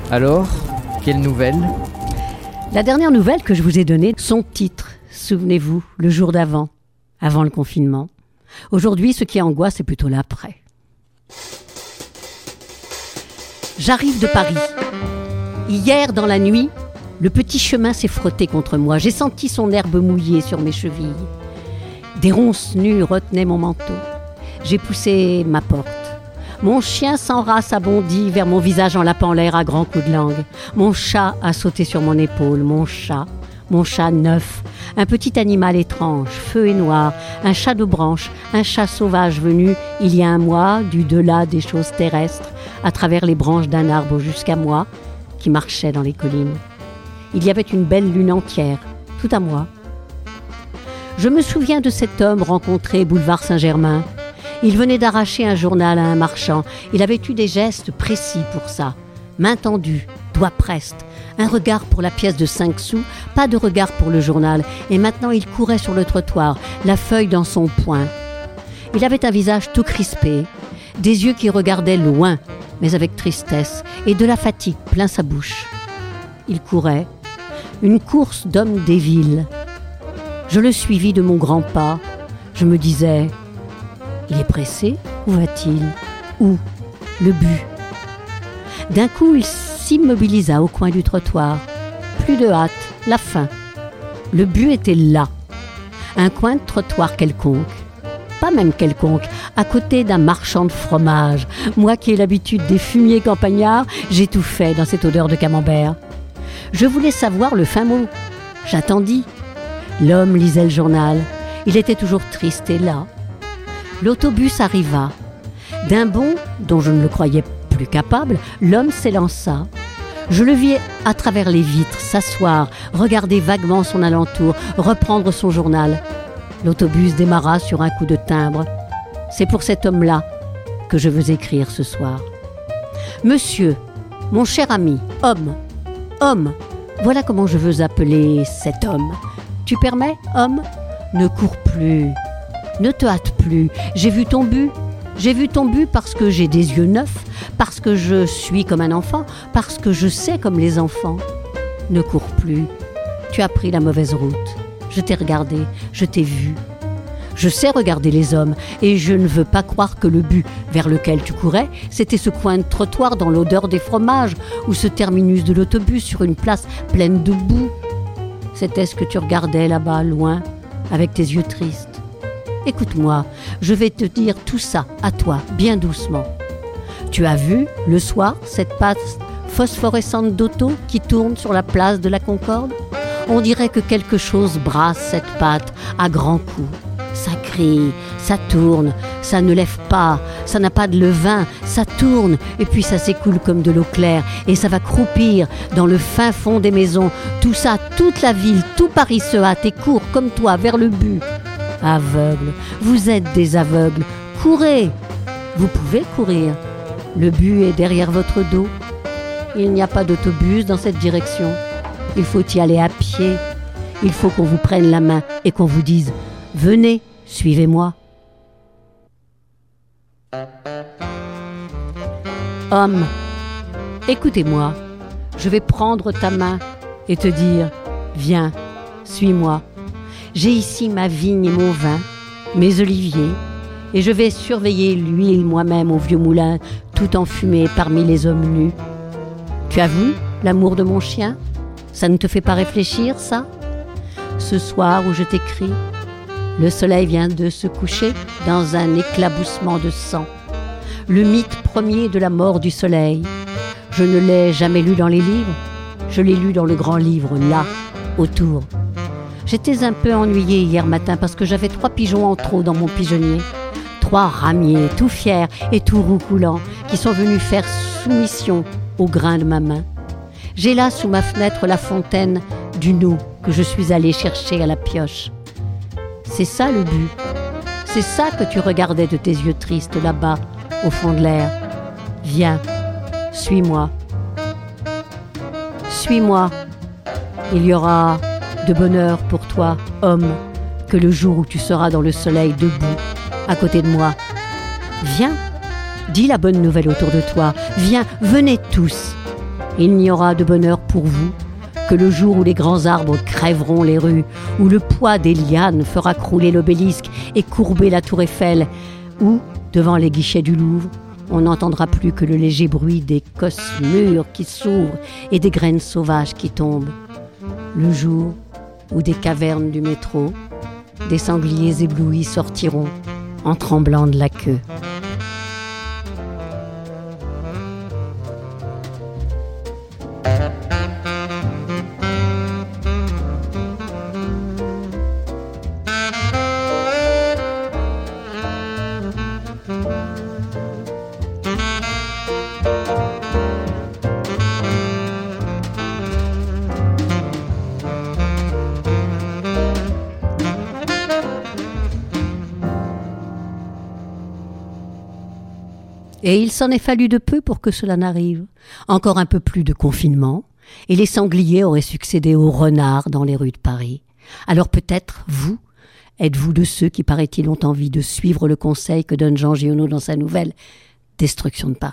Alors, quelle nouvelle ? La dernière nouvelle que je vous ai donnée, son titre, souvenez-vous, le jour d'avant, avant le confinement. Aujourd'hui, ce qui angoisse, c'est plutôt l'après. J'arrive de Paris. Hier, dans la nuit, le petit chemin s'est frotté contre moi. J'ai senti son herbe mouillée sur mes chevilles. Des ronces nues retenaient mon manteau. J'ai poussé ma porte. Mon chien sans race a bondi vers mon visage en lapant l'air à grands coups de langue. Mon chat a sauté sur mon épaule. Mon chat neuf, un petit animal étrange, feu et noir, un chat de branche, un chat sauvage venu, il y a un mois, du delà des choses terrestres, à travers les branches d'un arbre jusqu'à moi, qui marchait dans les collines. Il y avait une belle lune entière, tout à moi. Je me souviens de cet homme rencontré boulevard Saint-Germain. Il venait d'arracher un journal à un marchand. Il avait eu des gestes précis pour ça. Main tendue, doigt preste, un regard pour la pièce de 5 sous, pas de regard pour le journal. Et maintenant, il courait sur le trottoir, la feuille dans son poing. Il avait un visage tout crispé, des yeux qui regardaient loin, mais avec tristesse, et de la fatigue plein sa bouche. Il courait, une course d'homme des villes. Je le suivis de mon grand pas. Je me disais... Il est pressé? Où va-t-il? Où? Le but. D'un coup, il s'immobilisa au coin du trottoir. Plus de hâte, la fin. Le but était là. Un coin de trottoir quelconque. Pas même quelconque, à côté d'un marchand de fromage. Moi qui ai l'habitude des fumiers campagnards, j'étouffais dans cette odeur de camembert. Je voulais savoir le fin mot. J'attendis. L'homme lisait le journal. Il était toujours triste et là. L'autobus arriva. D'un bond, dont je ne le croyais plus capable, l'homme s'élança. Je le vis à travers les vitres, s'asseoir, regarder vaguement son alentour, reprendre son journal. L'autobus démarra sur un coup de timbre. C'est pour cet homme-là que je veux écrire ce soir. Monsieur, mon cher ami, homme, voilà comment je veux appeler cet homme. Tu permets, homme? Ne cours plus. Ne te hâte plus. J'ai vu ton but. J'ai vu ton but parce que j'ai des yeux neufs, parce que je suis comme un enfant, parce que je sais comme les enfants. Ne cours plus. Tu as pris la mauvaise route. Je t'ai regardé, je t'ai vu. Je sais regarder les hommes et je ne veux pas croire que le but vers lequel tu courais, c'était ce coin de trottoir dans l'odeur des fromages ou ce terminus de l'autobus sur une place pleine de boue. C'était ce que tu regardais là-bas, loin, avec tes yeux tristes. Écoute-moi, je vais te dire tout ça à toi, bien doucement. Tu as vu, le soir, cette pâte phosphorescente d'auto qui tourne sur la place de la Concorde? On dirait que quelque chose brasse cette pâte à grands coups. Ça crie, ça tourne, ça ne lève pas, ça n'a pas de levain, ça tourne et puis ça s'écoule comme de l'eau claire et ça va croupir dans le fin fond des maisons. Tout ça, toute la ville, tout Paris se hâte et court comme toi vers le but. Aveugles, vous êtes des aveugles, courez! Vous pouvez courir. Le but est derrière votre dos. Il n'y a pas d'autobus dans cette direction. Il faut y aller à pied. Il faut qu'on vous prenne la main et qu'on vous dise « Venez, suivez-moi ». Homme, écoutez-moi. Je vais prendre ta main et te dire « Viens, suis-moi ». J'ai ici ma vigne et mon vin, mes oliviers, et je vais surveiller l'huile moi-même au vieux moulin, tout enfumé parmi les hommes nus. Tu as vu l'amour de mon chien? Ça ne te fait pas réfléchir, ça? Ce soir où je t'écris, le soleil vient de se coucher dans un éclaboussement de sang. Le mythe premier de la mort du soleil. Je ne l'ai jamais lu dans les livres, je l'ai lu dans le grand livre, là, autour. J'étais un peu ennuyée hier matin parce que j'avais 3 pigeons en trop dans mon pigeonnier. 3 ramiers, tout fiers et tout roucoulants, qui sont venus faire soumission au grain de ma main. J'ai là sous ma fenêtre la fontaine d'une eau que je suis allée chercher à la pioche. C'est ça le but. C'est ça que tu regardais de tes yeux tristes là-bas, au fond de l'air. Viens, suis-moi. Suis-moi. Il y aura de bonheur pour toi, homme, que le jour où tu seras dans le soleil debout, à côté de moi. Viens, dis la bonne nouvelle autour de toi. Viens, venez tous. Il n'y aura de bonheur pour vous que le jour où les grands arbres crèveront les rues, où le poids des lianes fera crouler l'obélisque et courber la tour Eiffel, où, devant les guichets du Louvre, on n'entendra plus que le léger bruit des cosses mûres qui s'ouvrent et des graines sauvages qui tombent. Le jour où des cavernes du métro, des sangliers éblouis sortiront en tremblant de la queue. Et il s'en est fallu de peu pour que cela n'arrive. Encore un peu plus de confinement, et les sangliers auraient succédé aux renards dans les rues de Paris. Alors peut-être, vous, êtes-vous de ceux qui, paraît-il, ont envie de suivre le conseil que donne Jean Giono dans sa nouvelle « Destruction de Paris ».